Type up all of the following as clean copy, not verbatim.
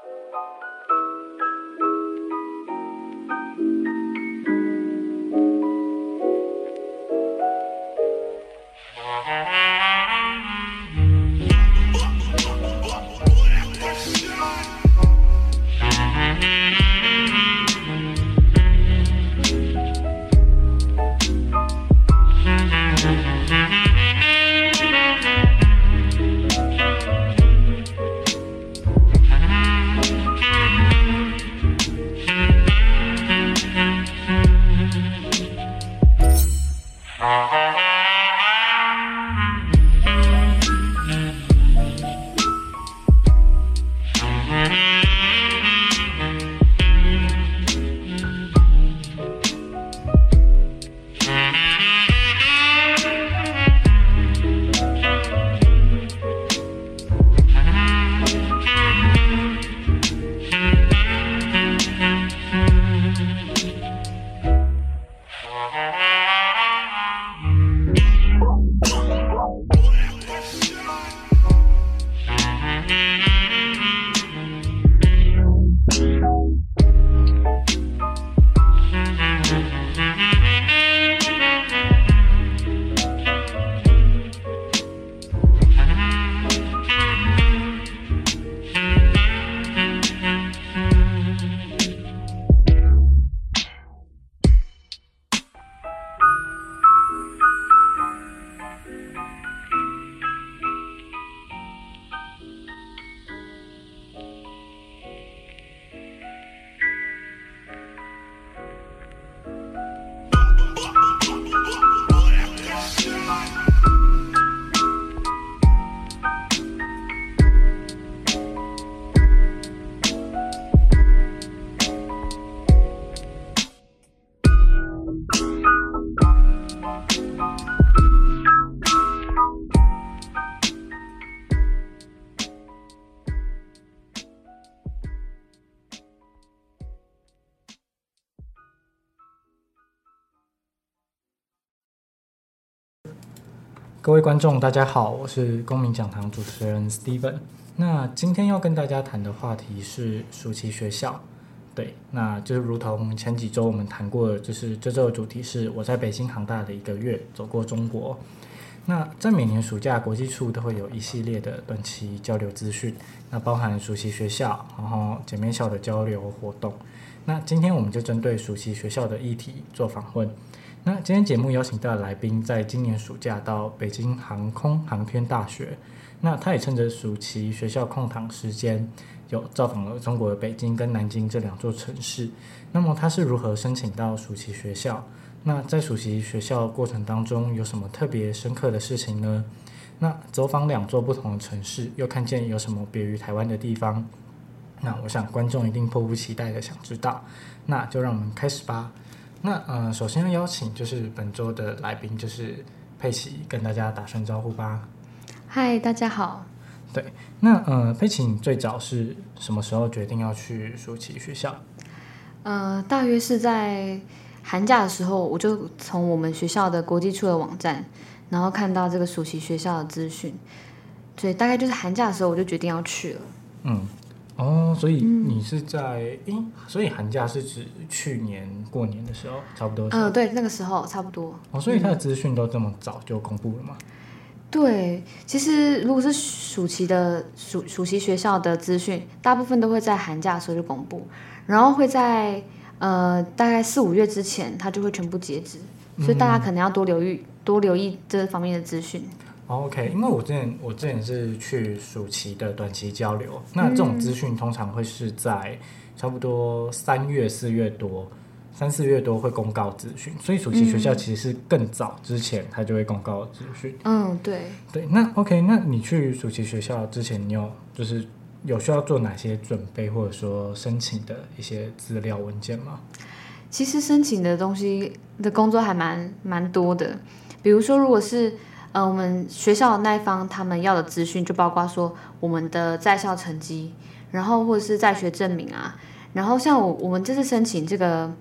各位观众，大家好，我是公民讲堂主持人 Steven。那今天要跟大家谈的话题是暑期学校。对，那就是如同前几周我们谈过的，就是这周的主题是我在北京航大的1个月走过中国。那在每年暑假，国际处都会有一系列的短期交流资讯，那包含暑期学校，然后姐妹校的交流活动。那今天我们就针对暑期学校的议题做访问。那今天节目邀请到的来宾，在今年暑假到北京航空航天大学，那他也趁着暑期学校空档时间，有造访了中国的北京跟南京这2座城市。那么他是如何申请到暑期学校？那在暑期学校过程当中，有什么特别深刻的事情呢？那走访2座不同的城市，又看见有什么别于台湾的地方？那我想观众一定迫不及待的想知道，那就让我们开始吧。那首先要邀请就是本周的来宾，就是佩奇，跟大家打声招呼吧。 嗨，大家好。 对，那佩奇，你最早是什么时候决定要去暑期学校？ 大约是在寒假的时候，我就从我们学校的国际处的网站，然后看到这个暑期学校的资讯，所以大概就是寒假的时候，我就决定要去了。 所以你是在所以寒假是指去年过年的时候，差不多。 对，那个时候差不多。 所以它的资讯都这么早就公布了吗？ 对，其实如果是暑期学校的资讯，大部分都会在寒假的时候就公布，然后会在大概4、5月之前，它就会全部截止，所以大家可能要多留意这方面的资讯。 OK， 因为我之前是去暑期的短期交流，那这种资讯通常会是在差不多3月、4月多、3、4月多会公告资讯，所以暑期学校其实是更早之前它就会公告资讯。 对。 那 OK， 那你去暑期学校之前，你有需要做哪些准备，或者说申请的一些资料文件吗？ 其实申请的东西的工作还蛮多的，比如说如果是我们学校的那一方他们要的资讯，就包括说我们的在校成绩，然后或者是在学证明啊，然后像我们这次申请这个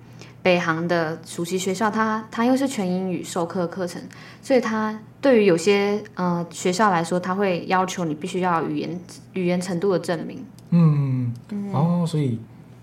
北航的暑期学校它又是全英语授课课程，所以它对于有些学校来说，它会要求你必须要有语言程度的证明。 所以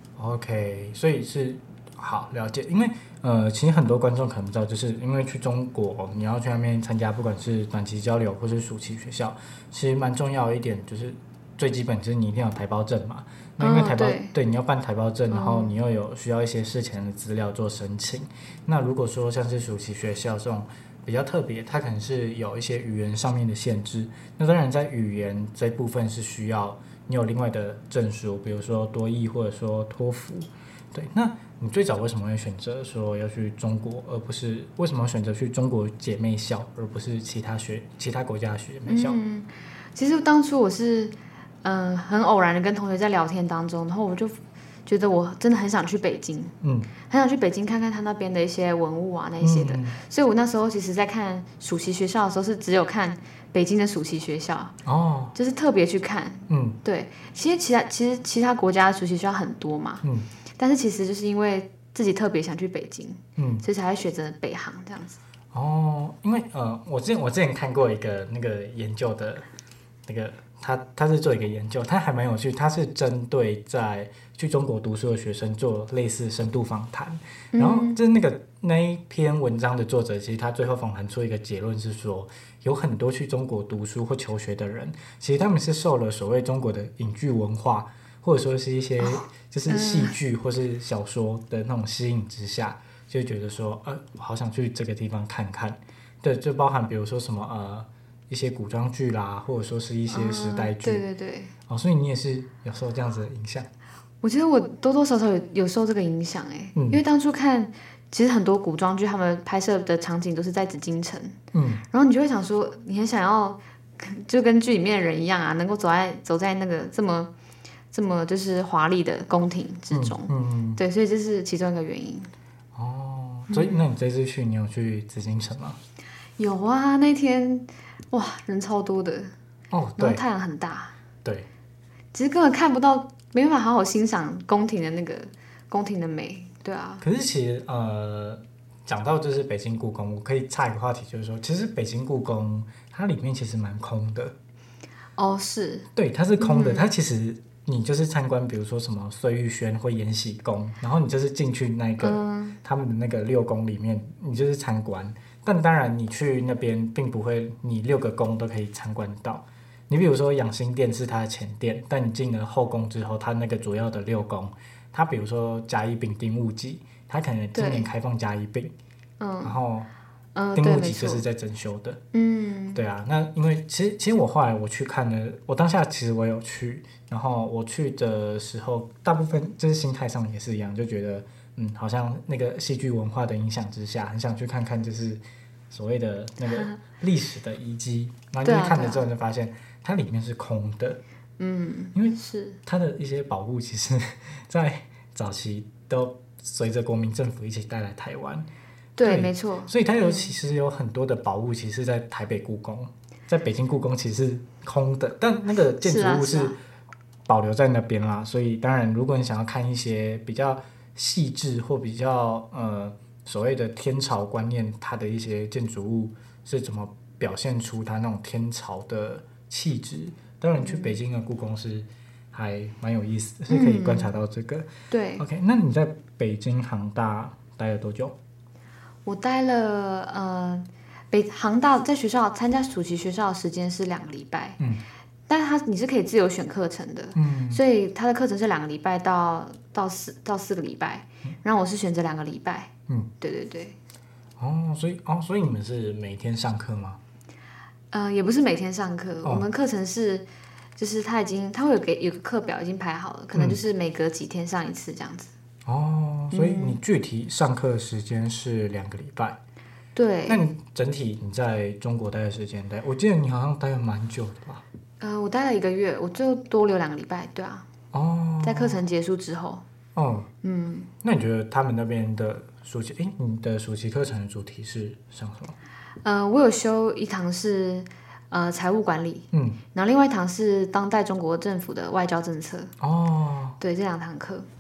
OK， 所以是好了解，因为其实很多观众可能不知道，就是因为去中国，你要去那边参加，不管是短期交流或是暑期学校，其实蛮重要的一点就是最基本就是你一定要有台胞证嘛。那因为台胞、对你要办台胞证，然后你又有需要一些事前的资料做申请。那如果说像是暑期学校这种比较特别，它可能是有一些语言上面的限制。那当然在语言这部分是需要你有另外的证书，比如说多益或者说托福。对，那你最早为什么会选择说要去中国，而不是为什么选择去中国姐妹校，而不是其他国家的姐妹校？ 其实当初我是很偶然的跟同学在聊天当中，然后我就觉得我真的很想去北京，很想去北京看看他那边的一些文物啊那一些的，所以我那时候其实在看暑期学校的时候是只有看北京的暑期学校，就是特别去看，对，其实其他国家的暑期学校很多嘛，但是其实就是因为自己特别想去北京，所以才会选择北航这样子。 因为我之前看过一个那个研究的那个。他是做一个研究，他还蛮有趣，他是针对在去中国读书的学生做类似深度访谈，然后就是那一篇文章的作者，其实他最后访谈出一个结论是说，有很多去中国读书或求学的人，其实他们是受了所谓中国的影剧文化，或者说是一些就是戏剧或是小说的那种吸引之下，就觉得说，我好想去这个地方看看，对，就包含比如说什么一些古装剧啦，或者说是一些时代剧， 对， 所以你也是有受这样子的影响？ 我觉得我多多少少有受这个影响因为当初看，其实很多古装剧他们拍摄的场景都是在紫禁城，然后你就会想说，你很想要就跟剧里面的人一样啊，能够走在那个这么就是华丽的宫廷之中，对，所以这是其中一个原因。 所以那你这次去，你有去紫禁城吗？ 有啊，那天哇人超多的， 然后太阳很大， 对， 其实根本看不到，没办法好好欣赏宫廷的那个宫廷的美，对啊。 可是其实讲到就是北京故宫，我可以插一个话题，就是说，其实北京故宫它里面其实蛮空的。 是。 对，它是空的，它其实你就是参观，比如说什么碎玉轩或延禧宫，然后你就是进去那个、他们的那个六宫里面，你就是参观。但当然，你去那边并不会，你6个宫都可以参观到。你比如说养心殿是它的前殿，但你进了后宫之后，它那个主要的6宫，它比如说甲乙丙丁戊己，它可能今年开放甲乙丙，然后丁戊己就是在整修的，对啊。那因为其实我后来我去看了，我当下其实我有去，然后我去的时候，大部分就是心态上也是一样，就觉得好像那个戏剧文化的影响之下，很想去看看就是所谓的那个历史的遗迹，然后你看了之后就发现它里面是空的，因为是它的一些宝物其实在早期都随着国民政府一起带来台湾， 对，没错， 所以它其实有很多的宝物其实在台北故宫，在北京故宫其实是空的，但那个建筑物是保留在那边啦，所以当然如果你想要看一些比较细致或比较所谓的天朝观念，它的一些建筑物是怎么表现出它那种天朝的气质，当然去北京的故宫是还蛮有意思的，是可以观察到这个。 对 ，OK， 那你在北京航大待了多久？ 我待了航大在学校参加暑期学校的时间是2个礼拜，但是你是可以自由选课程的，所以他的课程是2个礼拜到4个礼拜，然后我是选择2个礼拜，对。 所以你们是每天上课吗？ 也不是每天上课，我们课程是就是他会有个课表已经排好了，可能就是每隔几天上一次这样子。 所以你具体上课的时间是2个礼拜。 对。 那你整体你在中国待的时间我记得你好像待了蛮久的吧？ 我待了1个月，我就多留2个礼拜，对啊。在课程结束之后。 那你觉得他们那边的暑期，你的暑期课程的主题是上什么？ 我有修一堂是财务管理，然后另外一堂是当代中国政府的外交政策。 哦， 对，这2堂课。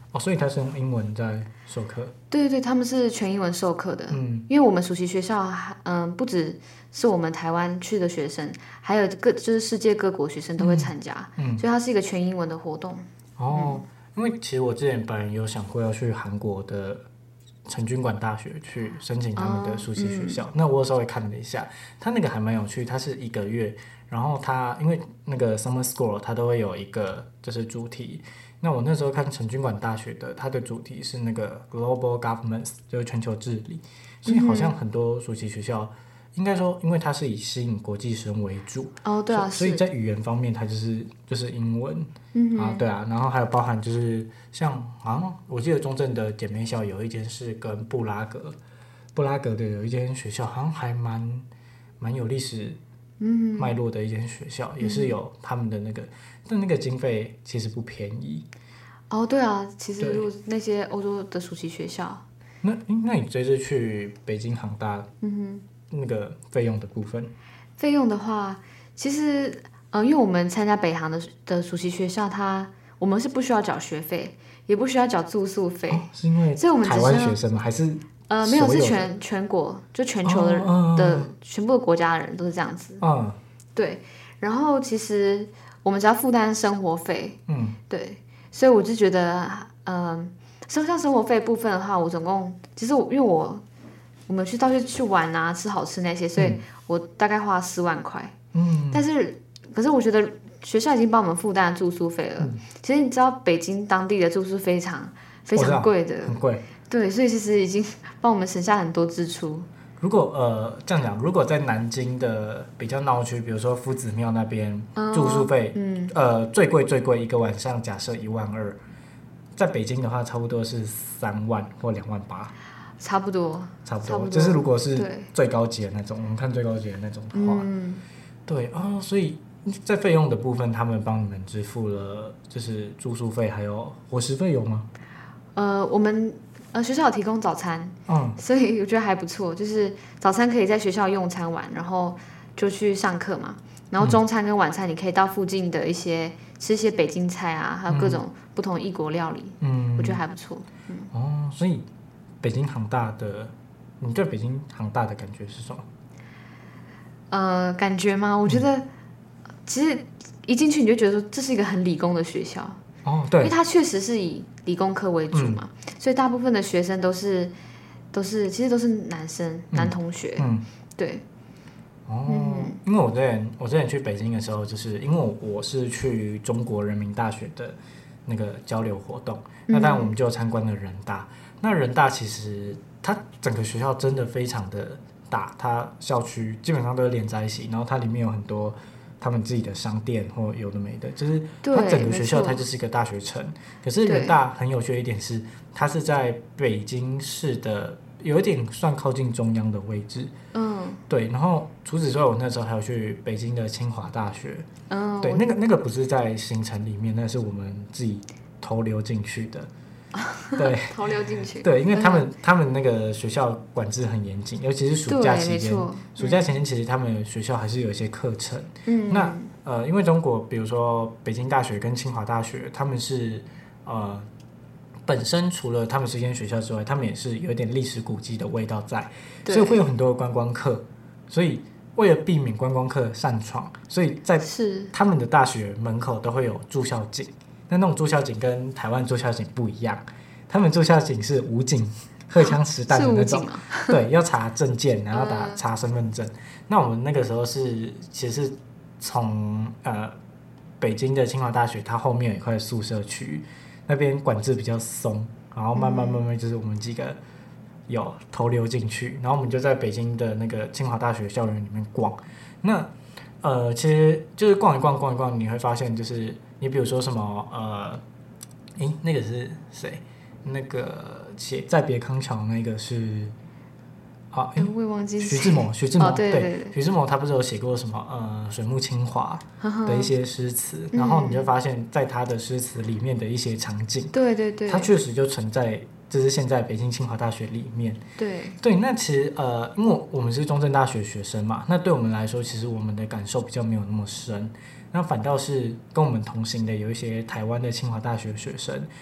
所以他是用英文在授课。 对对对，他们是全英文授课的。因为我们暑期学校，不只是我们台湾去的学生，还有就是世界各国学生都会参加，所以它是一个全英文的活动。 因为其实我之前本人有想过要去韩国的成均馆大学去申请他们的暑期学校，那我稍微看了一下，他那个还蛮有趣，他是1个月，然后他因为那个 summer school 他都会有一个就是主题，那我那时候看成均馆大学的，它的主题是那个 global governance， 就是全球治理，所以好像很多暑期学校。应该说，因为它是以吸引国际生为主， 对啊， 所以在语言方面它就是英文，对啊，然后还有包含就是像好像我记得中正的姐妹校有一间是跟布拉格的有一间学校，好像还蛮有历史脉络的一间学校，也是有他们的那个，但那个经费其实不便宜。 对啊，其实如果那些欧洲的暑期学校， 那你这次去北京航大，那个费用的部分， 费用的话，其实因为我们参加北航的暑期学校，我们是不需要缴学费，也不需要缴住宿费， 是因为台湾学生吗？还是没有，是全国，就全球的全部的国家的人都是这样子。对。然后其实我们只要负担生活费，对，所以我就觉得，像生活费部分的话，我总共其实因为我们到处去玩啊，吃好吃那些，所以我大概花4万块。可是我觉得学校已经帮我们负担住宿费了。其实你知道北京当地的住宿非常非常贵的， 很贵。 对，所以其实已经帮我们省下很多支出。 如果这样讲，如果在南京的比较闹区，比如说夫子庙那边，住宿费，最贵一个晚上假设12000，在北京的话差不多是3万或2万8。差不多，就是如果是最高级的那种，我们看最高级的那种的话，对所以在费用的部分，他们帮你们支付了就是住宿费还有伙食费有吗？ 我们学校有提供早餐，所以我觉得还不错，就是早餐可以在学校用餐完，然后就去上课嘛，然后中餐跟晚餐你可以到附近的吃一些北京菜啊，还有各种不同异国料理，我觉得还不错。 所以北京航大的，你对北京航大的感觉是什么？感觉吗？我觉得其实一进去你就觉得说这是一个很理工的学校。对，因为它确实是以理工科为主嘛，所以大部分的学生其实都是男同学。对。 因为我之前去北京的时候，就是因为我是去中国人民大学的那个交流活动，那当然我们就参观了人大。那人大其实它整个学校真的非常的大，它校区基本上都是连在一起，然后它里面有很多他们自己的商店或有的没的，就是它整个学校它就是一个大学城。可是人大很有趣的一点是，它是在北京市的有一点算靠近中央的位置。对。然后除此之外，我那时候还有去北京的清华大学。对，那个不是在行程里面，那是我们自己投流进去的。对， 投流进去。 对，因为他们那个学校管制很严谨，尤其是暑假期间。暑假期间其实他们学校还是有一些课程。那因为中国比如说北京大学跟清华大学，他们是本身除了他们是一间学校之外，他们也是有点历史古迹的味道在，所以会有很多的观光客。所以为了避免观光客擅闯，所以在他们的大学门口都会有驻校警。那种驻校警跟台湾驻校警不一样，他们驻校警是武警，荷枪实弹的那种。对，要查证件，然后查身份证。那我们那个时候其实是从北京的清华大学，它后面有一块宿舍区，那边管制比较松，然后慢慢就是我们几个有投流进去，然后我们就在北京的那个清华大学校园里面逛。那其实就是逛一逛，你会发现就是你比如说什么那个是谁？那个写在别康桥那个是我也忘记徐志摩， 对， 徐志摩他不是有写过什么水木清华的一些诗词，然后你就发现在他的诗词里面的一些场景， 对， 它确实就存在，就是现在北京清华大学里面。对，那其实因为我们是中正大学学生嘛，那对我们来说，其实我们的感受比较没有那么深，那反倒是跟我们同行的有一些台湾的清华大学学生，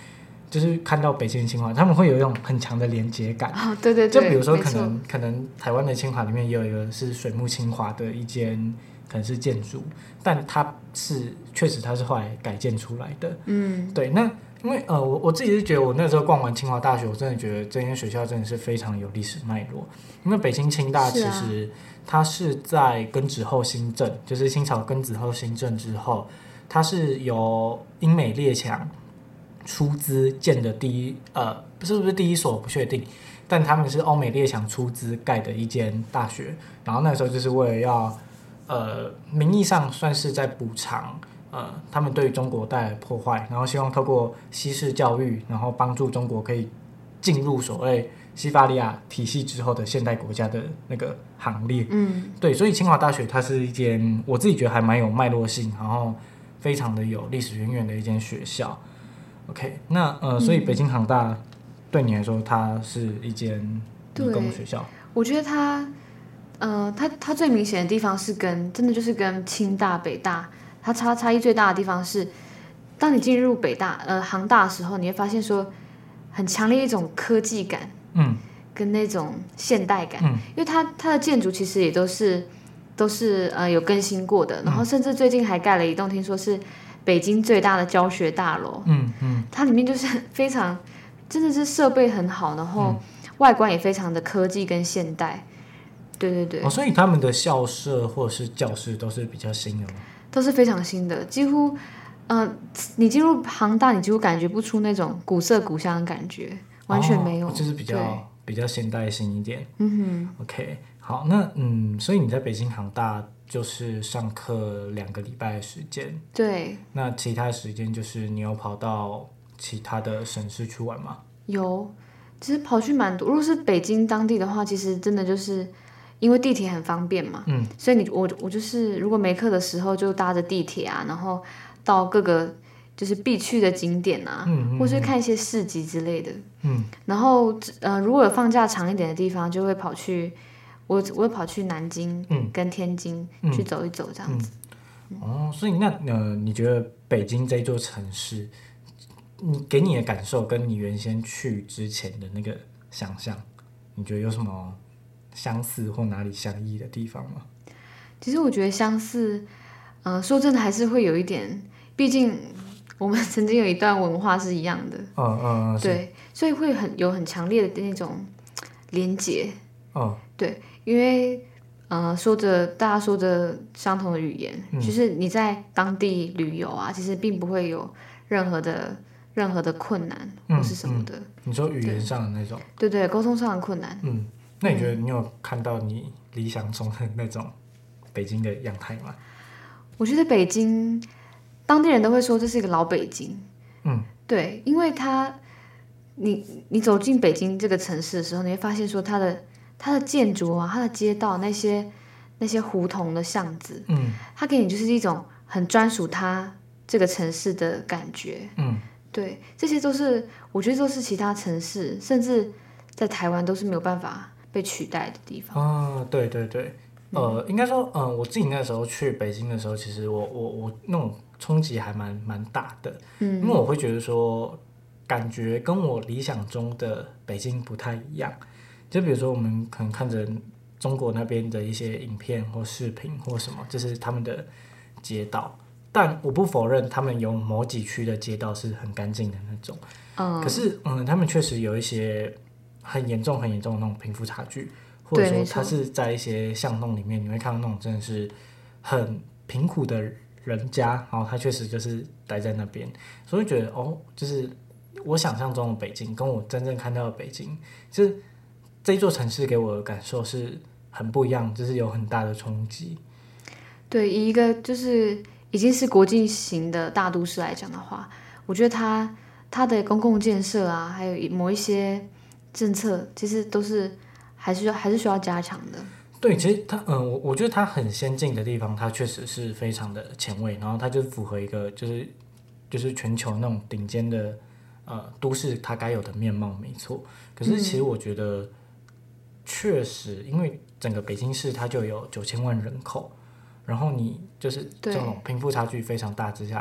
就是看到北京的清华，他们会有一种很强的连结感。 哦，对对对， 就比如说可能台湾的清华里面也有一个是水木清华的一间可能是建筑，但它是确实它是后来改建出来的。对，那因为我自己是觉得我那时候逛完清华大学，我真的觉得这间学校真的是非常有历史脉络。因为北京清大其实它是在庚子后新政，就是清朝庚子后新政之后，它是由英美列强出资建的不是第一所我不确定，但他们是欧美列强出资盖的一间大学，然后那时候就是为了要名义上算是在补偿他们对于中国带来的破坏，然后希望透过西式教育，然后帮助中国可以进入所谓西法利亚体系之后的现代国家的那个行列。对，所以清华大学它是一间我自己觉得还蛮有脉络性，然后非常的有历史渊源的一间学校。OK， 那所以北京航大对你来说，它是一间理工学校。 我觉得它最明显的地方是真的就是跟清大、北大，它差异最大的地方是，当你进入航大的时候，你会发现说很强烈一种科技感，跟那种现代感，因为它的建筑其实也都是有更新过的，然后甚至最近还盖了一栋，听说是北京最大的教学大楼，它里面就是非常真的是设备很好，然后外观也非常的科技跟现代，对对对。 所以他们的校舍或者是教室都是比较新的吗？ 都是非常新的，几乎你进入航大，你几乎感觉不出那种古色古香的感觉，完全没有， 就是比较现代性一点。OK， 好，那所以你在北京航大就是上课2个礼拜的时间， 对， 那其他时间就是你有跑到其他的省市去玩吗？ 有，其实跑去蛮多。如果是北京当地的话，其实真的就是因为地铁很方便嘛，所以我就是如果没课的时候就搭着地铁啊，然后到各个就是必去的景点啊，或是看一些市集之类的。然后如果有放假长一点的地方，就会跑去我会跑去南京跟天津去走一走这样子。 所以那你觉得北京这座城市，给你的感受跟你原先去之前的那个想象，你觉得有什么相似或哪里相异的地方吗？ 其实我觉得相似，说真的还是会有一点，毕竟我们曾经有一段文化是一样的，对，所以会有很强烈的那种连结，对，因为大家说着相同的语言，就是你在当地旅游啊，其实并不会有任何的困难或是什么的。 你说语言上的那种？ 对对，沟通上的困难。 那你觉得你有看到你理想中的那种北京的样态吗？ 我觉得北京当地人都会说这是一个老北京。对，因为你走进北京这个城市的时候，你会发现说它的建筑啊，它的街道那些胡同的巷子，它给你就是一种很专属它这个城市的感觉。对，这些我觉得都是其他城市，甚至在台湾都是没有办法被取代的地方。 对对对，应该说，我自己那时候去北京的时候，其实我那种冲击还蛮大的，因为我会觉得说，感觉跟我理想中的北京不太一样。就比如说，我们可能看着中国那边的一些影片或视频或什么，就是他们的街道，但我不否认他们有某几区的街道是很干净的那种。可是他们确实有一些很严重的那种贫富差距，或者说他是在一些巷弄里面，你会看到那种真的是很贫苦的人家，然后他确实就是待在那边，所以觉得就是我想象中的北京跟我真正看到的北京，就是这一座城市给我的感受是很不一样，就是有很大的冲击。 对，以一个就是已经是国际型的大都市来讲的话，我觉得它的公共建设啊，还有某一些政策，其实都是还是需要加强的。 对，其实我觉得它很先进的地方，它确实是非常的前卫，然后它就符合一个就是全球那种顶尖的都市它该有的面貌，没错。可是其实我觉得确实，因为整个北京市它就有9000万人口，然后你就是这种贫富差距非常大之下，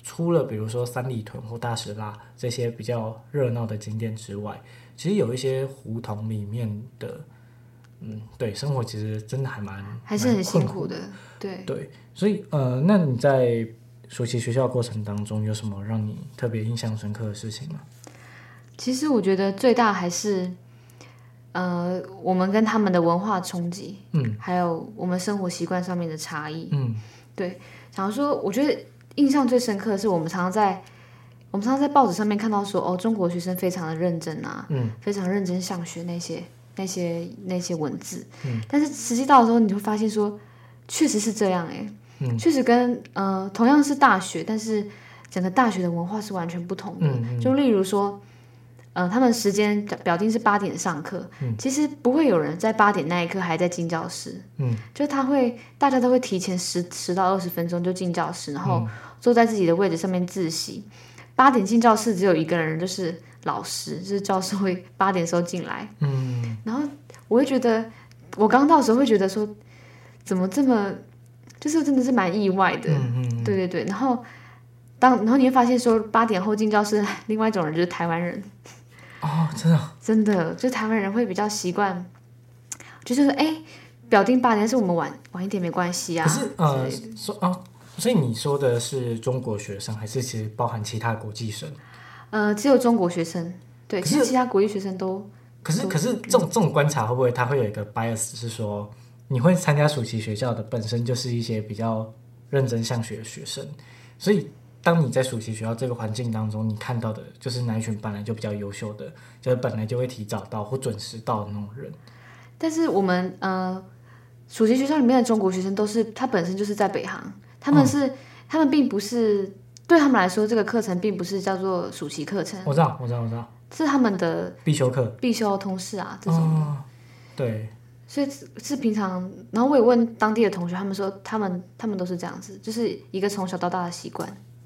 除了比如说三里屯或大石蜡这些比较热闹的景点之外，其实有一些胡同里面的，对，生活其实真的还是很辛苦的， 对，所以那你在暑期学校过程当中有什么让你特别印象深刻的事情吗？ 其实我觉得最大还是我们跟他们的文化冲击，还有我们生活习惯上面的差异，对，想说我觉得印象最深刻的是我们常常在报纸上面看到说中国学生非常的认真啊，非常认真上学那些文字，但是实际到的时候你就会发现说确实是这样确实跟同样是大学，但是整个大学的文化是完全不同的，就例如说他们时间表定是8点上课，其实不会有人在8点那一刻还在进教室，就大家都会提前10到20分钟就进教室，然后坐在自己的位置上面自习。8点进教室只有一个人，就是老师，就是教授会8点的时候进来，然后我会觉得，我刚到的时候会觉得说，怎么这么，就是真的是蛮意外的，对，然后你会发现说8点后进教室，另外一种人就是台湾人。真的，就台湾人会比较习惯，就是表定8点，但是我们晚一点没关系啊。 可是所以你说的是中国学生，还是其实包含其他国际生？ 只有中国学生，对，其实其他国际学生都。 可是这种观察会不会它会有一个 bias， 是说你会参加暑期学校的本身就是一些比较认真向学的学生，所以当你在暑期学校这个环境当中，你看到的就是那一群本来就比较优秀的，就是本来就会提早到或准时到的那种人。 但是我们暑期学校里面的中国学生他本身就是在北航，他们并不是对他们来说这个课程并不是叫做暑期课程。 我知道， 是他们的必修课、 必修通识啊这种的。 对。 所以是平常，然后我也问当地的同学，他们说他们都是这样子，就是一个从小到大的习惯。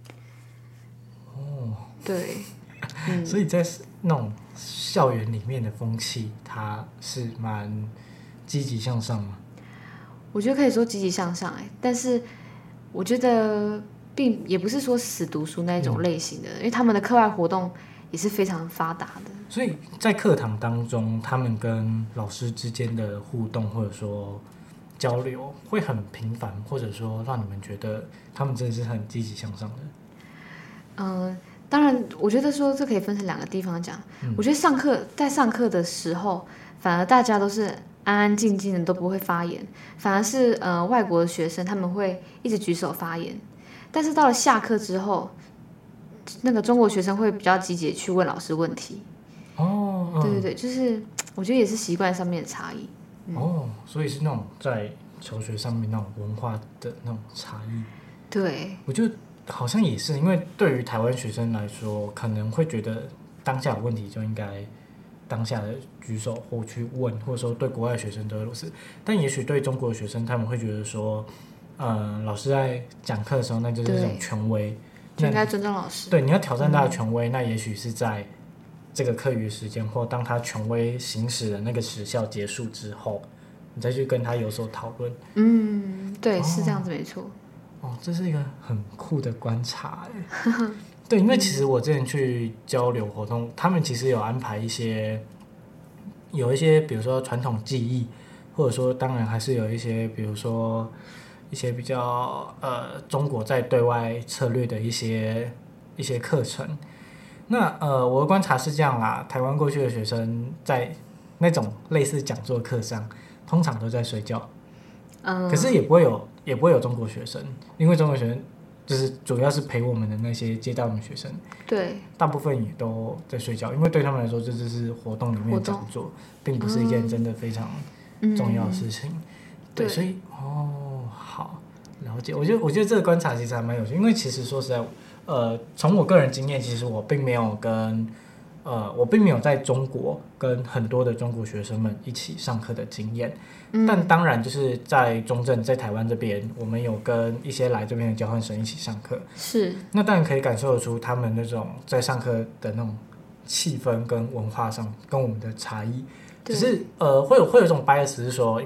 对， 所以在那种校园里面的风气，它是蛮积极向上吗？ 我觉得可以说积极向上但是我觉得也不是说死读书那种类型的，因为他们的课外活动也是非常发达的。 所以在课堂当中，他们跟老师之间的互动或者说交流会很频繁，或者说让你们觉得他们真的是很积极向上的。 当然我觉得说这可以分成2个地方讲。我觉得在上课的时候，反而大家都是安安静静的，都不会发言，反而是外国的学生他们会一直举手发言。但是到了下课之后，那个中国学生会比较积极去问老师问题。对，就是我觉得也是习惯上面的差异。 所以是那种在求学上面那种文化的那种差异。 对， 我觉得好像也是，因为对于台湾学生来说，可能会觉得当下有问题就应该当下的举手或去问，或者说对国外的学生都如此。但也许对中国的学生，他们会觉得说，老师在讲课的时候，那就是一种权威， 就应该尊重老师。 对，你要挑战他的权威，那也许是在这个课余时间，或当他权威行使的那个时效结束之后，你再去跟他有所讨论。 对，是这样子没错。 这是一个很酷的观察对，因为其实我之前去交流活动，他们其实有安排有一些比如说传统技艺，或者说当然还是有一些比如说一些比较中国在对外策略的一些课程。那我的观察是这样啦，台湾过去的学生在那种类似讲座课上，通常都在睡觉。可是也不会有中国学生，因为中国学生就是主要是陪我们的那些接待我们学生， 对， 大部分也都在睡觉，因为对他们来说这就是活动里面的讲座，并不是一件真的非常重要的事情。对，所以好了解。我觉得这个观察其实还蛮有趣，因为其实说实在，从我个人经验，其实我并没有在中国跟很多的中国学生们一起上课的经验。但当然就是在中正，在台湾这边，我们有跟一些来这边的交换生一起上课。 是。 那当然可以感受得出他们那种在上课的那种气氛跟文化上跟我们的差异。只是会有一种 bias 是说，因为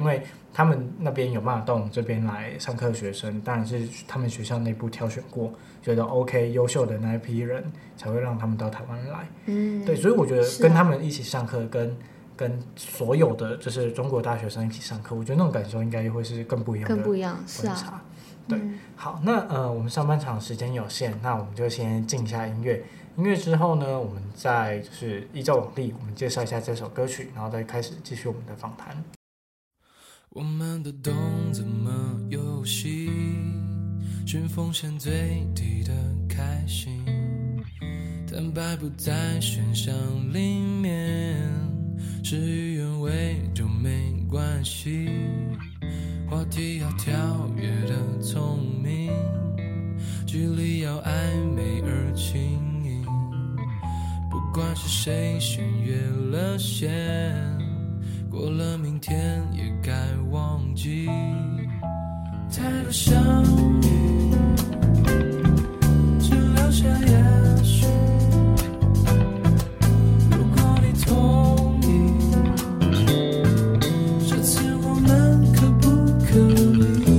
他们那边有办法到我们这边来上课的学生，当然是他们学校内部挑选过，觉得 OK 优秀的那一批人才会让他们到台湾来。对，所以我觉得跟他们一起上课，跟所有的就是中国大学生一起上课，我觉得那种感受应该会是更不一样的是啊。 对，好，那我们上半场时间有限，那我们就先进一下音乐。音乐之后呢，我们再就是依照往例，我们介绍一下这首歌曲，然后再开始继续我们的访谈。 我们都懂怎么游戏，寻风险最低的开心，坦白不在选项里面，事与愿违就没关系，话题要跳跃的聪明，距离要暧昧而轻盈，不管是谁先越了线，过了明天也该忘记，太多相遇只留下也许，如果你同意，这次我们可不可以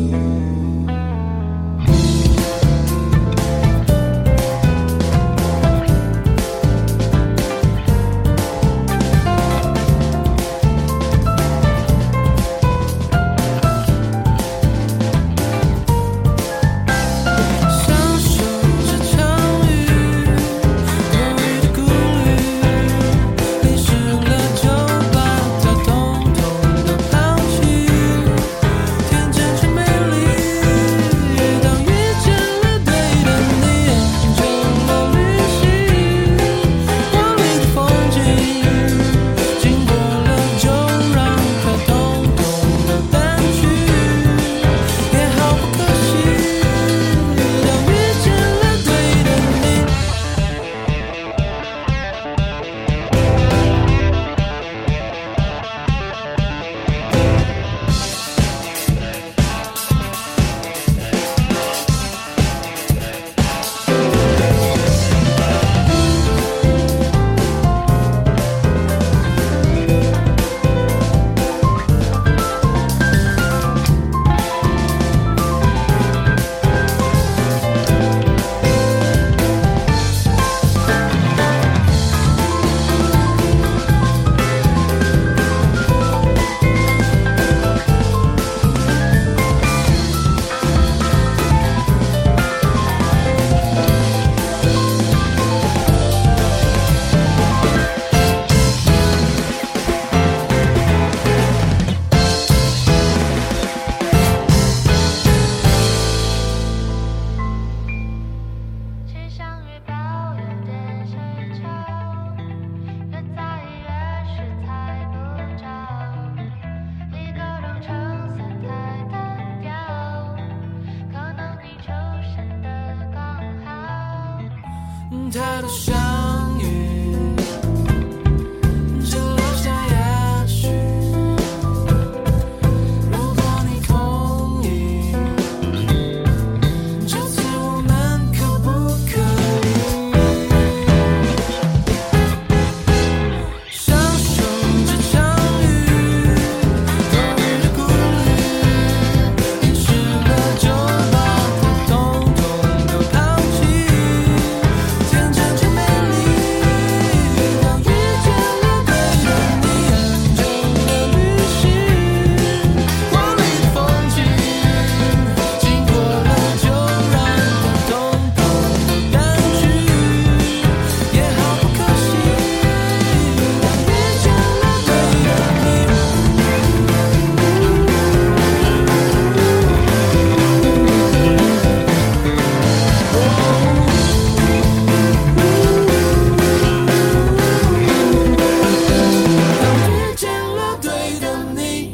太多相遇只留下也许，如果你同意，这次我们可不可以享受这场雨，多余的顾虑淋湿了就把它统统都抛弃，天真却美丽，当遇见了对的你，安静的旅行，华丽的风景经过了就让它统统都淡去，也毫不可惜，当遇见了对的你。遇见了对的你。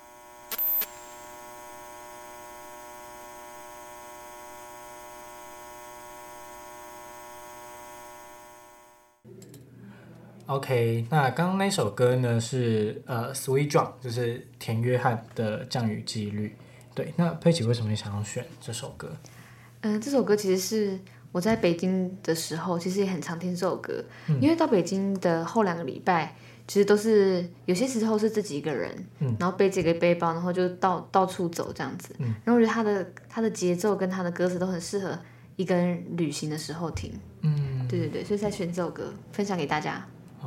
OK， 那刚刚那首歌呢是Sweet Drum， 就是田约翰的降雨几率。对，那佩奇为什么想要选这首歌？ 这首歌其实是我在北京的时候，其实也很常听这首歌，因为到北京的后2个礼拜，其实都是有些时候是自己一个人，然后背这个背包，然后就到处走这样子。然后我觉得他的节奏跟他的歌词都很适合一个人旅行的时候听。对对对，所以才选这首歌分享给大家。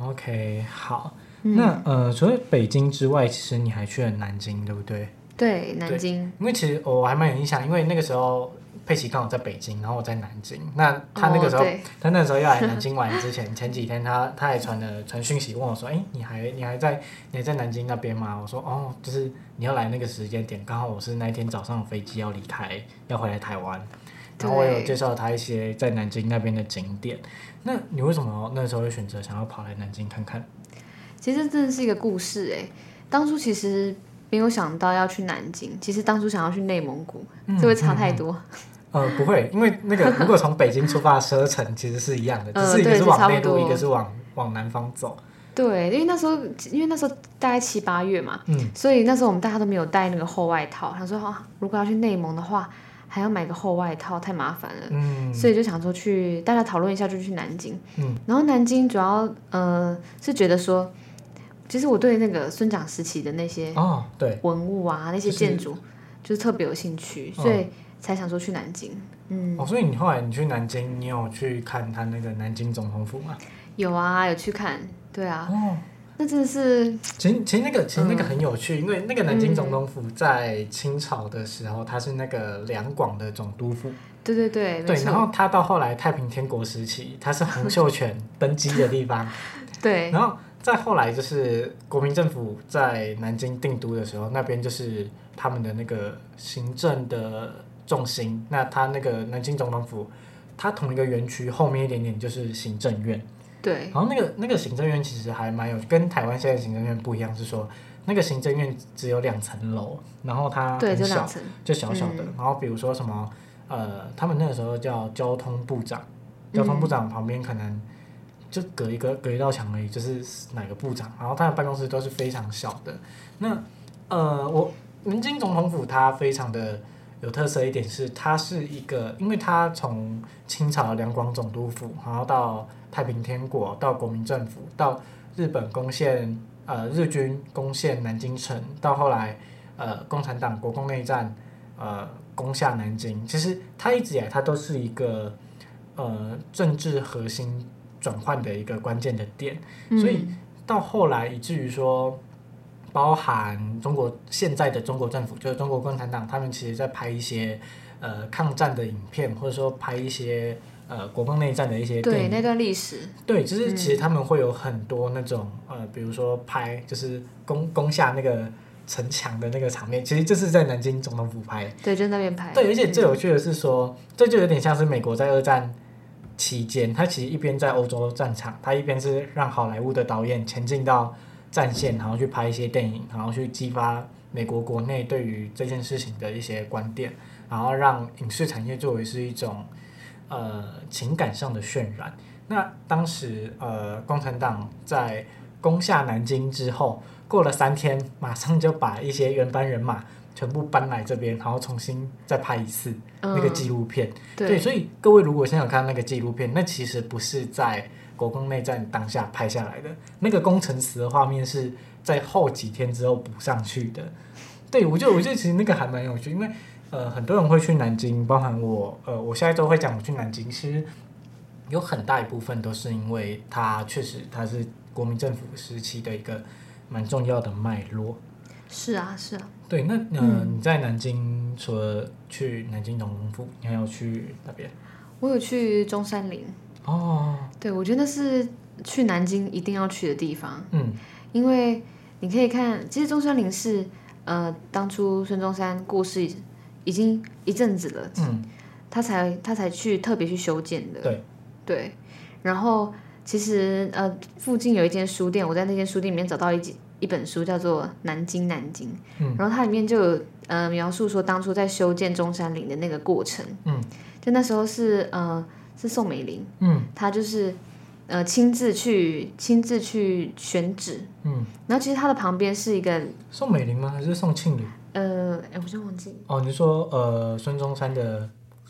OK， 好。那除了北京之外，其实你还去了南京，对不对？ 对，南京。 因为其实我还蛮有印象，因为那个时候佩奇刚好在北京，然后我在南京。那他那个时候，他那时候要来南京玩之前，前几天他还传讯息问我说：“你还在南京那边吗？”我说：“哦，就是你要来那个时间点，刚好我是那一天早上的飞机要离开，要回来台湾。”然后我有介绍他一些在南京那边的景点。那你为什么那时候会选择想要跑来南京看看？ 其实真的是一个故事哎，当初其实没有想到要去南京，其实当初想要去内蒙古，这会差太多。 不会，因为那个如果从北京出发的车程其实是一样的，只是一个是往内陆，一个是往南方走。 对，因为那时候大概7、8月嘛，所以那时候我们大家都没有带那个厚外套，想说如果要去内蒙的话，还要买个厚外套，太麻烦了。所以就想说大家讨论一下就去南京。然后南京主要是觉得说，其实我对那个孙蒋时期的那些文物啊，那些建筑就是特别有兴趣，所以才想说去南京。 所以你后来你去南京，你有去看他那个南京总统府吗？ 有啊，有去看。对啊。那真的是， 其实那个很有趣，因为那个南京总统府在清朝的时候，它是那个两广的总督府。 对对对， 对，然后它到后来太平天国时期，它是洪秀全登基的地方。对，然后再后来就是国民政府在南京定都的时候，那边就是他们的那个行政的重心。那它那个南京总统府，它同一个园区后面一点点就是行政院。对，然后那个行政院其实还蛮有，跟台湾现在的行政院不一样，是说那个行政院只有2层楼，然后它很小，就小小的。然后比如说什么他们那个时候叫交通部长，交通部长旁边可能就隔一道墙而已，就是哪个部长，然后他的办公室都是非常小的。那南京总统府它非常的有特色一点是，它是一个，因为它从清朝两广总督府，然后到太平天国，到国民政府，到日本攻陷日军攻陷南京城，到后来共产党国共内战攻下南京，其实它一直以来它都是一个政治核心转换的一个关键的点，所以到后来以至于说，包含现在的中国政府，就是中国共产党，他们其实在拍一些抗战的影片，或者说拍一些国共内战的一些电影， 对那段历史， 对，就是其实他们会有很多那种比如说拍就是攻下那个城墙的那个场面，其实就是在南京总统府拍， 对，就那边拍。 对，而且最有趣的是说，这就有点像是美国在2战期间，他其实一边在欧洲战场，他一边是让好莱坞的导演前进到战线，然后去拍一些电影，然后去激发美国国内对于这件事情的一些观点，然后让影视产业作为是一种情感上的渲染。那当时共产党在攻下南京之后，过了3天，马上就把一些原班人马全部搬来这边，然后重新再拍一次那个纪录片。对，所以各位如果现在有看那个纪录片，那其实不是在国共内战当下拍下来的，那个工程师的画面是在后几天之后补上去的。对，我觉得其实那个还蛮有趣，因为很多人会去南京，包含我下一周会讲我去南京，其实有很大一部分都是因为它确实它是国民政府时期的一个蛮重要的脉络。 是啊，是啊。 对，那你在南京除了去南京总统府，你还有去哪边？ 我有去中山陵。对，我觉得那是去南京一定要去的地方。因为你可以看，其实中山陵是当初孙中山过世已经一阵子了，他才去特别去修建的。对，然后其实附近有一间书店，我在那间书店里面找到一本书叫做《南京南京》，然后它里面就有描述说当初在修建中山陵的那个过程。就那时候是宋美龄，她就是亲自去选址，然后其实她的旁边是一个宋美龄吗？还是宋庆龄？ 我就忘记。 你说孙中山的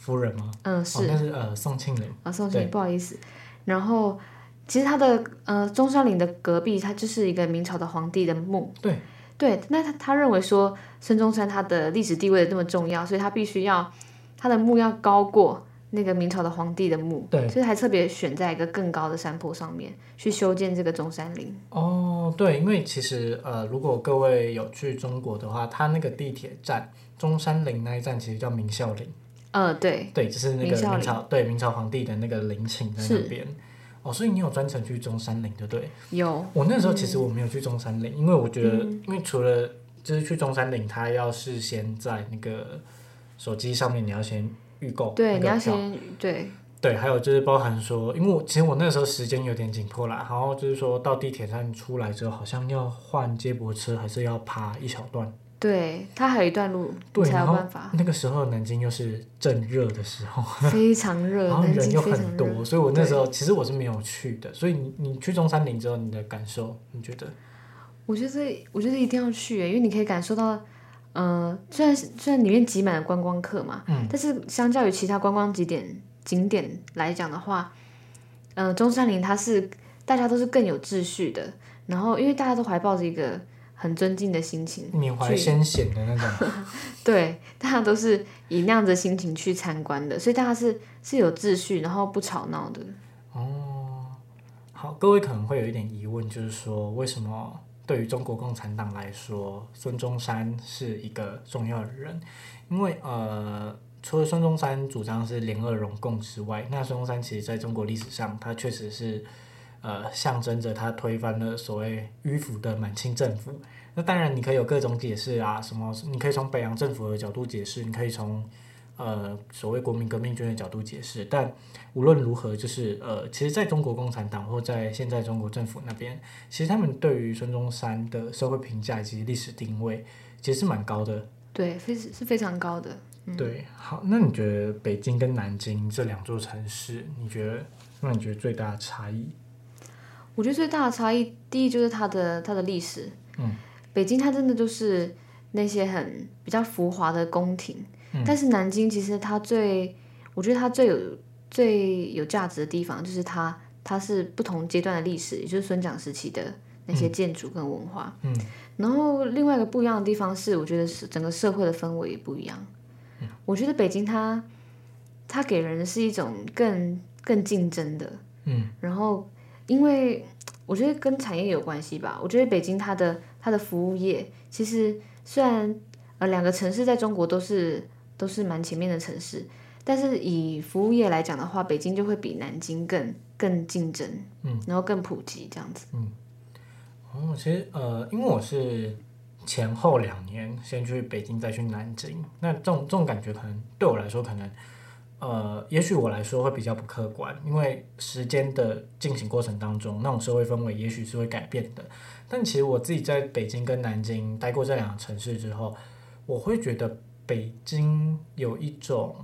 夫人吗？ 是， 那是宋庆龄。 宋庆龄，不好意思。然后其实他的中山陵的隔壁，它就是一个明朝的皇帝的墓。对，那他认为说孙中山他的历史地位那么重要，所以他必须要他的墓要高过那个明朝的皇帝的墓， 对， 所以还特别选在一个更高的山坡上面去修建这个中山陵。 对，因为其实如果各位有去中国的话，它那个地铁站中山陵那一站其实叫明孝陵。 对， 就是那个明朝皇帝的那个陵寝在那边。所以你有专程去中山陵，对不对？ 有。 我那时候其实我没有去中山陵，因为我觉得，因为除了就是去中山陵，它要事先在那个手机上面你要先预购， 对，你要先对，还有就是包含说，因为其实我那时候时间有点紧迫啦，然后就是说到地铁站出来之后，好像要换接驳车，还是要爬一小段。 对，它还有一段路你才有办法。 那个时候南京又是正热的时候， 非常热， 然后人又很多，所以我那时候其实我是没有去的。所以你去中山陵之后，你的感受，你觉得？ 我觉得一定要去，因为你可以感受到，虽然里面挤满了观光客嘛，但是相较于其他观光景点来讲的话，中山陵它是大家都是更有秩序的，然后因为大家都怀抱着一个很尊敬的心情， 缅怀先贤的那种。 对，大家都是以那样子的心情去参观的，所以大家是有秩序，然后不吵闹的。 好，各位可能会有一点疑问，就是说为什么对于中国共产党来说，孙中山是一个重要的人？因为除了孙中山主张是联俄容共之外，那孙中山其实在中国历史上，他确实是象征着他推翻了所谓迂腐的满清政府。那当然你可以有各种解释啊，什么你可以从北洋政府的角度解释，你可以从所谓国民革命军的角度解释，但无论如何，就是其实在中国共产党或在现在中国政府那边，其实他们对于孙中山的社会评价以及历史定位其实是蛮高的。 对，是非常高的。 对，好，那你觉得北京跟南京这两座城市，你觉得最大的差异？ 我觉得最大的差异，第一就是它的历史。北京它真的就是那些比较浮华的宫廷，但是南京其实我觉得它最有价值的地方就是它是不同阶段的历史，也就是孙蒋时期的那些建筑跟文化。然后另外一个不一样的地方是，我觉得是整个社会的氛围也不一样。我觉得北京它给人的是一种更竞争的，然后因为我觉得跟产业有关系吧。我觉得北京它的服务业，其实虽然两个城市在中国都是蛮前面的城市，但是以服务业来讲的话，北京就会比南京更竞争，然后更普及这样子。 其实因为我是前后2年先去北京再去南京，那这种感觉可能对我来说可能也许我来说会比较不客观，因为时间的进行过程当中，那种社会氛围也许是会改变的。但其实我自己在北京跟南京待过这两个城市之后，我会觉得北京有一种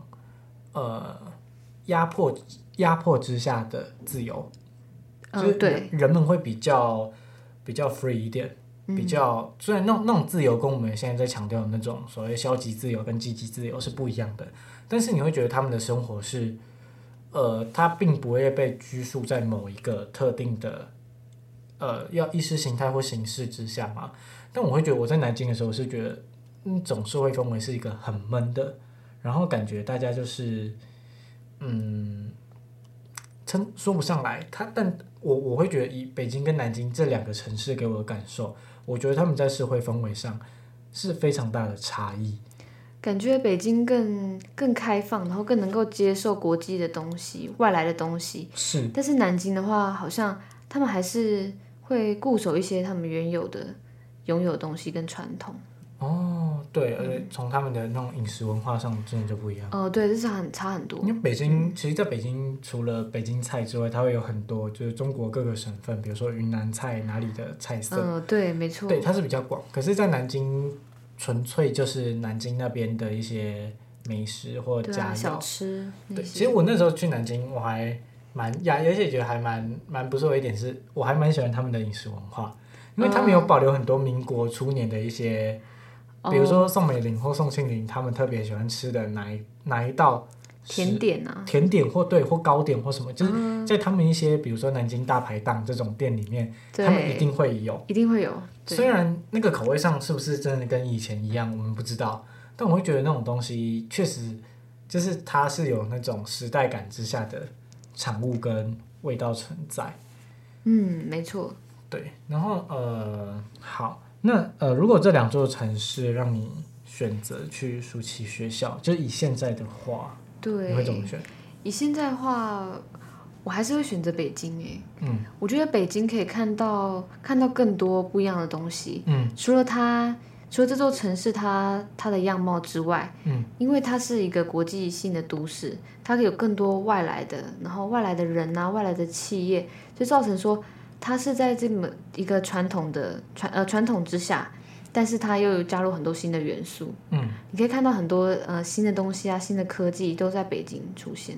压迫之下的自由，就是人们会比较 free 一点，比较虽然那种自由跟我们现在在强调的那种所谓消极自由跟积极自由是不一样的，但是你会觉得他们的生活是他并不会被拘束在某一个特定的要意识形态或形式之下嘛。但我会觉得我在南京的时候是觉得那种社会氛围是一个很闷的，然后感觉大家就是说不上来，但我会觉得以北京跟南京这两个城市给我的感受，我觉得他们在社会氛围上是非常大的差异。 感觉北京更开放，然后更能够接受国际的东西、外来的东西。 是， 但是南京的话，好像他们还是会固守一些他们原有的拥有的东西跟传统。 对，而且从他们的那种饮食文化上真的就不一样。 对，这是差很多。 因为北京，其实在北京除了北京菜之外，它会有很多就是中国各个省份，比如说云南菜哪里的菜色。 对，没错。 对，它是比较广。可是，在南京，纯粹就是南京那边的一些美食或佳肴、 小吃。 对，其实我那时候去南京，我还蛮而且觉得还蛮不错的一点是，我还蛮喜欢他们的饮食文化，因为他们有保留很多民国初年的一些。比如说宋美龄或宋庆龄，他们特别喜欢吃的哪一道甜点啊， 甜点或糕点或什么，就是在他们一些比如说南京大排档这种店里面，他们一定会有， 一定会有。 虽然那个口味上是不是真的跟以前一样，我们不知道，但我会觉得那种东西确实就是它是有那种时代感之下的产物跟味道存在。 没错。 对，然后好，那如果这2座城市让你选择去暑期学校，就以现在的话， 对， 你会怎么选？ 以现在的话，我还是会选择北京诶。我觉得北京可以看到更多不一样的东西。除了这座城市它的样貌之外，因为它是一个国际性的都市，它有更多外来的，然后外来的人啊，外来的企业，就造成说它是在这么一个传统之下，但是它又有加入很多新的元素。你可以看到很多新的东西啊，新的科技都在北京出现。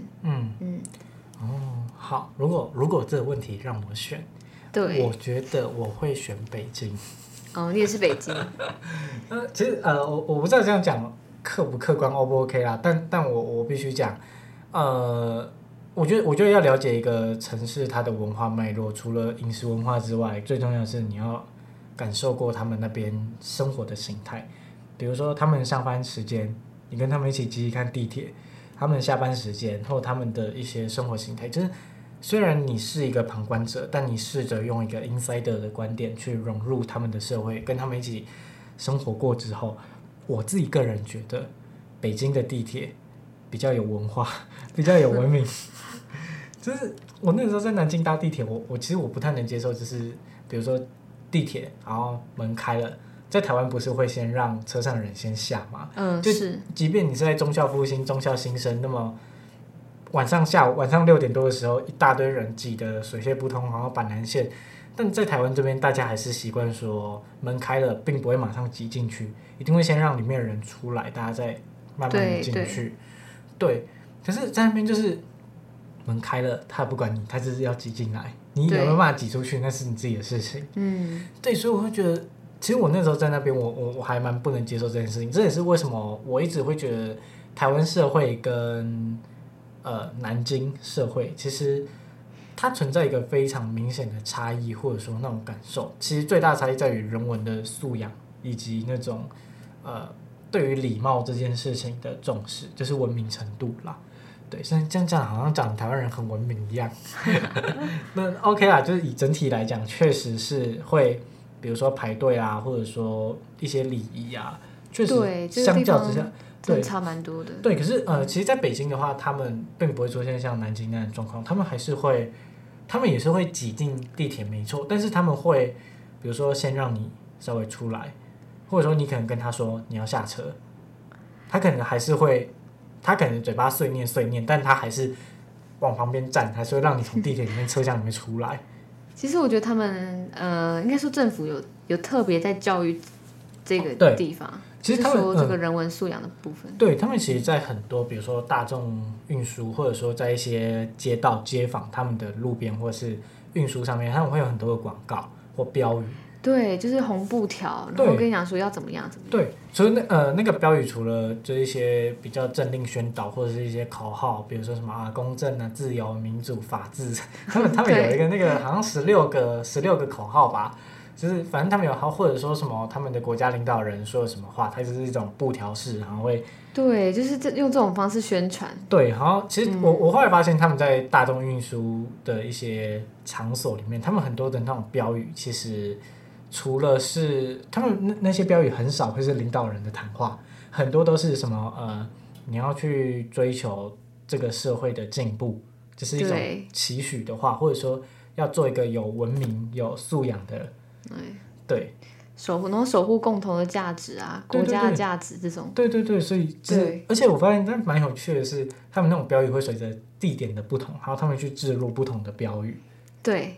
好，如果这个问题让我选， 对， 我觉得我会选北京。 你也是北京。 其实我不知道这样讲客不客观 O 不 OK 啦，但我必须讲，我觉得要了解一个城市它的文化脉络，除了饮食文化之外，最重要的是你要感受过他们那边生活的形态。比如说他们上班时间，你跟他们一起集体看地铁，他们下班时间或他们的一些生活形态，就是虽然你是一个旁观者，但你试着用一个 insider 的观点去融入他们的社会，跟他们一起生活过之后，我自己个人觉得北京的地铁比较有文化，比较有文明。就是我那个时候在南京搭地铁，我其实我不太能接受，就是比如说地铁然后门开了，在台湾不是会先让车上的人先下吗？ 是。 即便你是在忠孝复兴、忠孝新生，那么晚上6点多的时候，一大堆人挤得水泄不通，然后板南线。但在台湾这边，大家还是习惯说门开了，并不会马上挤进去，一定会先让里面的人出来，大家再慢慢的进去。对，可是在那边就是门开了，他不管你，他就是要挤进来，你有没有办法挤出去，那是你自己的事情。对，所以我会觉得，其实我那时候在那边，我还蛮不能接受这件事情。这也是为什么我一直会觉得台湾社会跟南京社会其实它存在一个非常明显的差异，或者说那种感受。其实最大的差异在于人文的素养，以及那种对于礼貌这件事情的重视，就是文明程度啦。对，虽然这样讲好像讲台湾人很文明一样。那 OK 啦，就是以整体来讲，确实是会，比如说排队啊，或者说一些礼仪啊，确实相较之下。 真的差蛮多的。 对，可是其实在北京的话，他们并不会出现像南京那样的状况，他们也是会挤进地铁没错，但是他们会比如说先让你稍微出来，或者说你可能跟他说你要下车，他可能还是会，他可能嘴巴碎念，但他还是往旁边站，还是会让你从地铁里面车厢里面出来。 其实我觉得他们应该说政府有特别在教育这个地方。 其实他们说这个人文素养的部分， 对，他们其实在很多比如说大众运输，或者说在一些街道街坊他们的路边或者是运输上面，他们会有很多的广告或标语。 对，就是红布条，然后跟你讲说要怎么样。 对，所以那个标语除了就一些比较政令宣导，或者是一些口号，比如说什么公正啊、自由、民主、法治，他们有一个那个好像16个口号吧。就是反正他们有，或者说什么他们的国家领导人说了什么话，它就是一种布条式，然后会对，就是用这种方式宣传。 对，然后其实我后来发现他们在大众运输的一些场所里面，他们很多的那种标语，其实除了是他们那些标语很少会是领导人的谈话，很多都是什么你要去追求这个社会的进步，就是一种期许的话，或者说要做一个有文明、有素养的。对， 然后守护共同的价值啊，国家的价值这种。 对，所以而且我发现，但蛮有趣的是，他们那种标语会随着地点的不同，然后他们去置入不同的标语。对，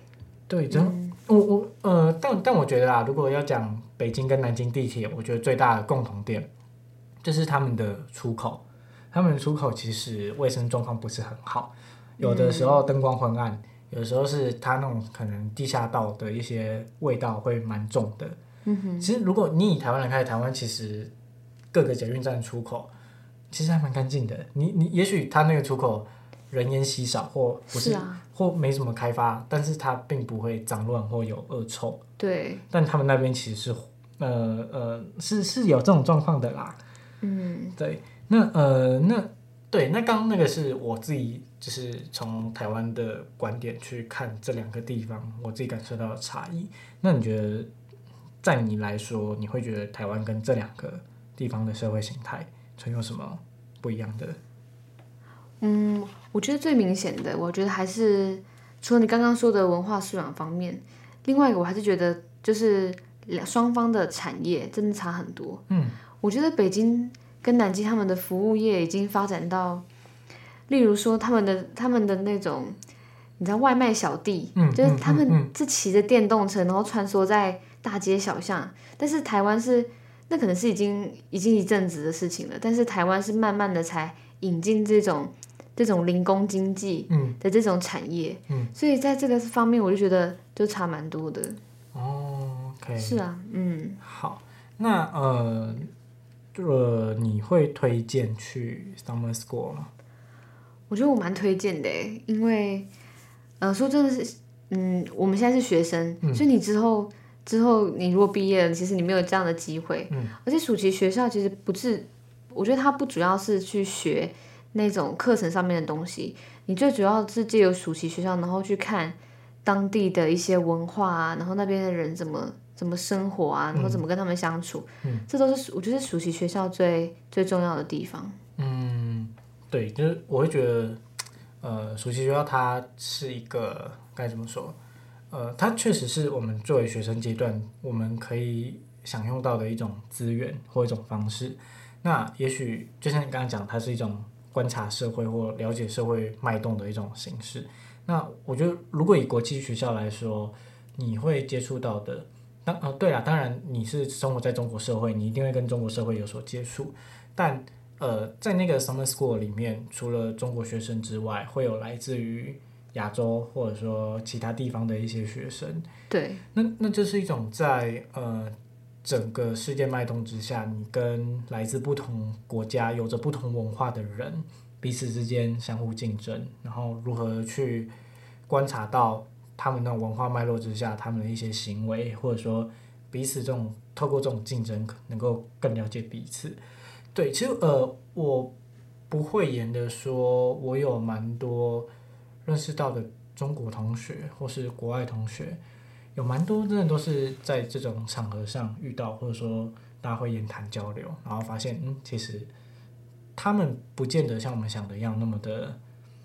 但我觉得啦，如果要讲北京跟南京地铁，我觉得最大的共同点就是他们的出口，他们的出口其实卫生状况不是很好，有的时候灯光昏暗。有时候是它那种可能地下道的一些味道会蛮重的。其实如果你以台湾来看，台湾其实各个捷运站出口， 其实还蛮干净的。你也许它那个出口人烟稀少，或不是或没什么开发，但是它并不会脏乱或有恶臭。 对， 但他们那边其实是有这种状况的啦。对，那对，那刚刚那个是我自己就是从台湾的观点去看这两个地方，我自己感受到的差异。那你觉得，在你来说，你会觉得台湾跟这两个地方的社会形态存有什么不一样的？ 我觉得最明显的，我觉得还是除了你刚刚说的文化素养方面，另外一个我还是觉得就是双方的产业真的差很多。我觉得北京跟南京他们的服务业已经发展到，例如说他们的那种，你知道外卖小弟，就是他们是骑着电动车，然后穿梭在大街小巷。但是台湾是，那可能是已经一阵子的事情了，但是台湾是慢慢的才引进这种零工经济的这种产业，所以在这个方面我就觉得就差蛮多的。 OK， 是啊， 好，那你会推荐去 Summer School 吗？ 我觉得我蛮推荐的，因为说真的是，我们现在是学生，所以你之后你如果毕业了，其实你没有这样的机会。而且暑期学校其实不是，我觉得它不主要是去学那种课程上面的东西，你最主要是借由暑期学校，然后去看当地的一些文化啊，然后那边的人怎么生活啊，然后怎么跟他们相处，这都是我觉得暑期学校最重要的地方。 对，就是我会觉得，暑期学校它是一个该怎么说？它确实是我们作为学生阶段我们可以享用到的一种资源或一种方式。那也许就像你刚刚讲，它是一种观察社会或了解社会脉动的一种形式。那我觉得，如果以国际学校来说，你会接触到的，对啦，当然你是生活在中国社会，你一定会跟中国社会有所接触，但在那个 summer school 里面，除了中国学生之外，会有来自于亚洲或者说其他地方的一些学生。 对， 那就是一种在整个世界脉动之下，你跟来自不同国家、有着不同文化的人彼此之间相互竞争，然后如何去观察到他们那种文化脉络之下他们的一些行为，或者说彼此透过这种竞争能够更了解彼此。对，其实我不讳言的说，我有蛮多认识到的中国同学或是国外同学，有蛮多真的都是在这种场合上遇到，或者说大家会言谈交流，然后发现其实他们不见得像我们想的一样那么的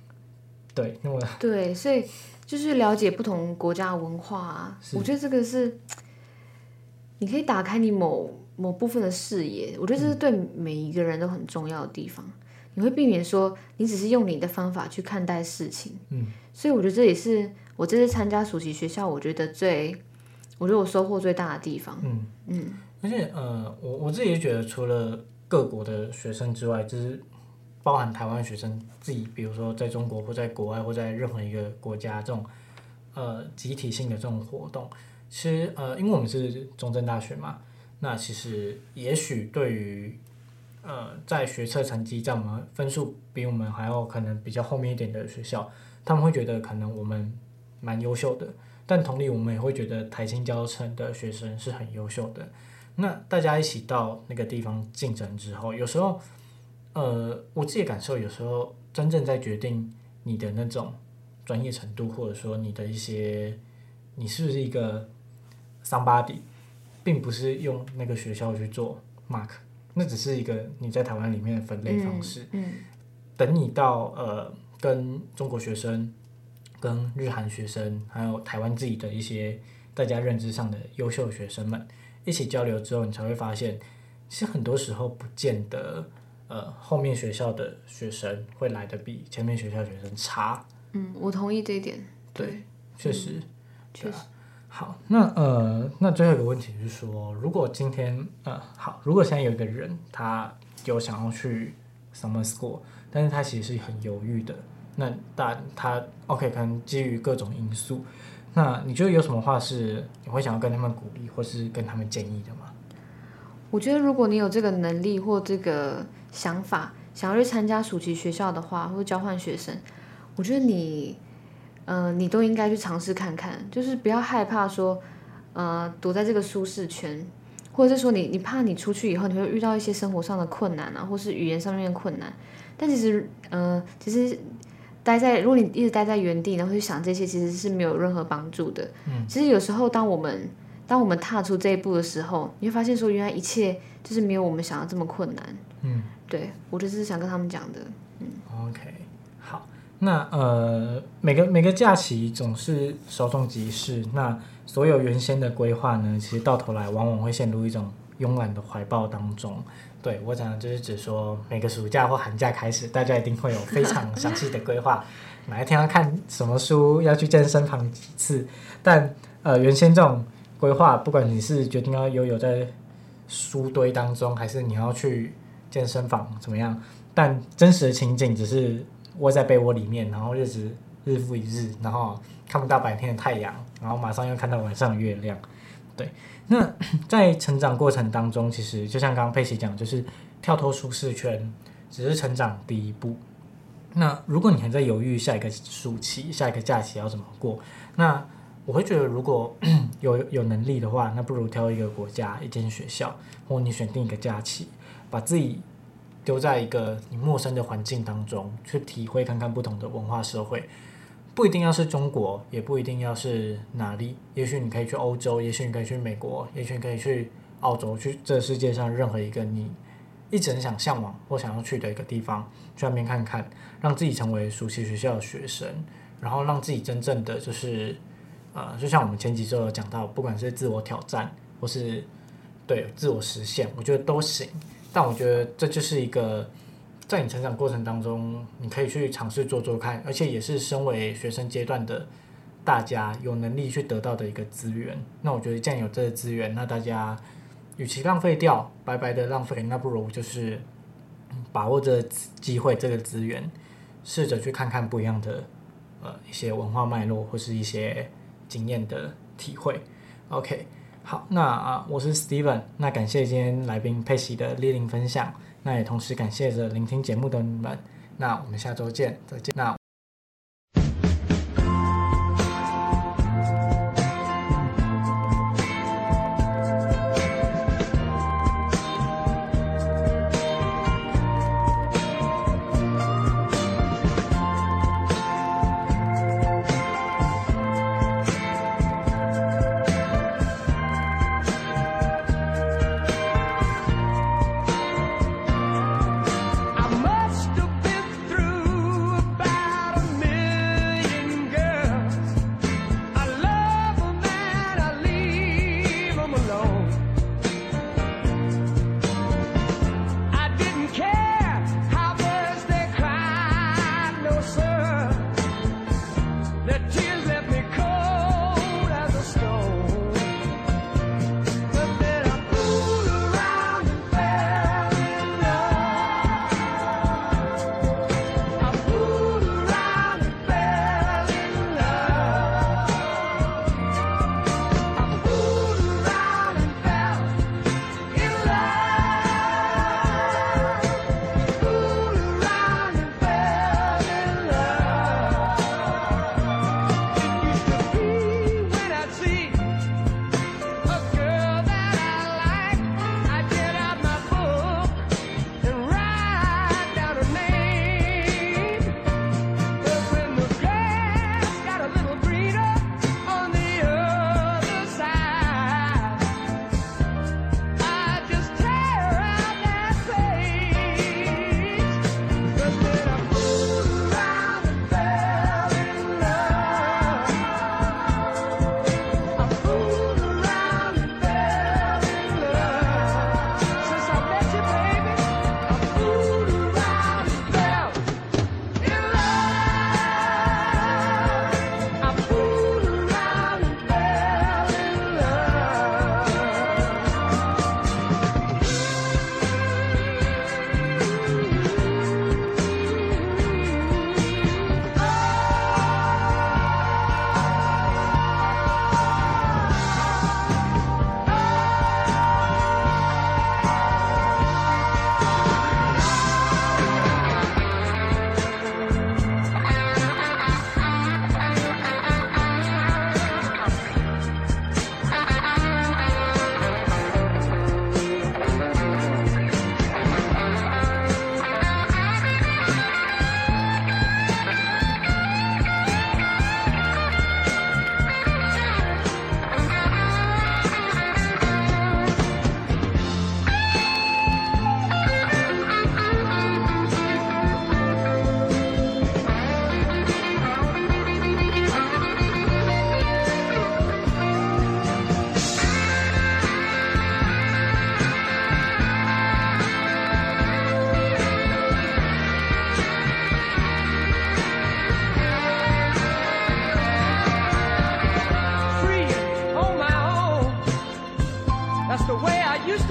对，所以就是了解不同国家的文化啊，我觉得这个是你可以打开你某部分的视野，我觉得这是对每一个人都很重要的地方。你会避免说你只是用你的方法去看待事情，所以我觉得这也是我这次参加暑期学校，我觉得我收获最大的地方。 而且我自己也觉得，除了各国的学生之外，就是包含台湾学生自己，比如说在中国或在国外或在任何一个国家这种集体性的这种活动，其实因为我们是中正大学嘛，那其实也许对于在学测成绩在我们分数比我们还要可能比较后面一点的学校，他们会觉得可能我们蛮优秀的，但同理我们也会觉得台清交成的学生是很优秀的。那大家一起到那个地方竞争之后，有时候我自己的感受，有时候真正在决定你的那种专业程度，或者说你的一些你是不是一个 somebody， 并不是用那个学校去做 mark， 那只是一个你在台湾里面的分类方式。等你到跟中国学生、跟日韩学生，还有台湾自己的一些大家认知上的优秀学生们一起交流之后，你才会发现，其实很多时候不见得后面学校的学生会来得比前面学校学生差。 我同意这一点。 对，确实， 确实。 好，那最后一个问题是说，如果今天如果现在有一个人他有想要去 summer school， 但是他其实是很犹豫的，那他 OK 可能基于各种因素，那你觉得有什么话是你会想要跟他们鼓励或是跟他们建议的吗？ 我觉得如果你有这个能力或这个想法， 想要去参加暑期学校的话，或者交换学生，我觉得你都应该去尝试看看，就是不要害怕说，躲在这个舒适圈，或者是说你怕你出去以后你会遇到一些生活上的困难啊，或是语言上面的困难。但其实如果你一直待在原地，然后去想这些，其实是没有任何帮助的。其实有时候当我们踏出这一步的时候，你会发现说，原来一切就是没有我们想的这么困难。对，我就是想跟他们讲的。 OK， 好，那每个假期总是稍纵即逝，那所有原先的规划呢，其实到头来往往会陷入一种慵懒的怀抱当中。对，我讲的就是指说，每个暑假或寒假开始，大家一定会有非常详细的规划，哪一天要看什么书，要去健身房几次。但原先这种规划，不管你是决定要悠游在书堆当中，还是你要去健身房怎么样，但真实的情景只是窝在被窝里面，然后日子日复一日，然后看不到白天的太阳，然后马上又看到晚上的月亮。对，那在成长过程当中，其实就像刚刚佩奇讲，就是跳脱舒适圈只是成长第一步。那如果你还在犹豫下一个暑期、下一个假期要怎么过，那我会觉得，如果有能力的话，那不如挑一个国家、一间学校，或你选定一个假期，把自己丢在一个你陌生的环境当中，去体会看看不同的文化社会。不一定要是中国，也不一定要是哪里，也许你可以去欧洲，也许你可以去美国，也许你可以去澳洲，去这世界上任何一个你一直很想向往或想要去的一个地方，去那边看看，让自己成为暑期学校的学生，然后让自己真正的就是就像我们前几周有讲到，不管是自我挑战或是对自我实现，我觉得都行。但我觉得这就是一个在你成长过程当中，你可以去尝试做做看，而且也是身为学生阶段的大家有能力去得到的一个资源。那我觉得既然有这个资源，那大家与其浪费掉，白白的浪费，那不如就是把握这个机会，这个资源，试着去看看不一样的一些文化脉络或是一些经验的体会。OK， 好，那我是 Steven， 那感谢今天来宾佩奇的莅临分享。那也同时感谢着聆听节目的你们，那我们下周见，再见。那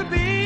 比。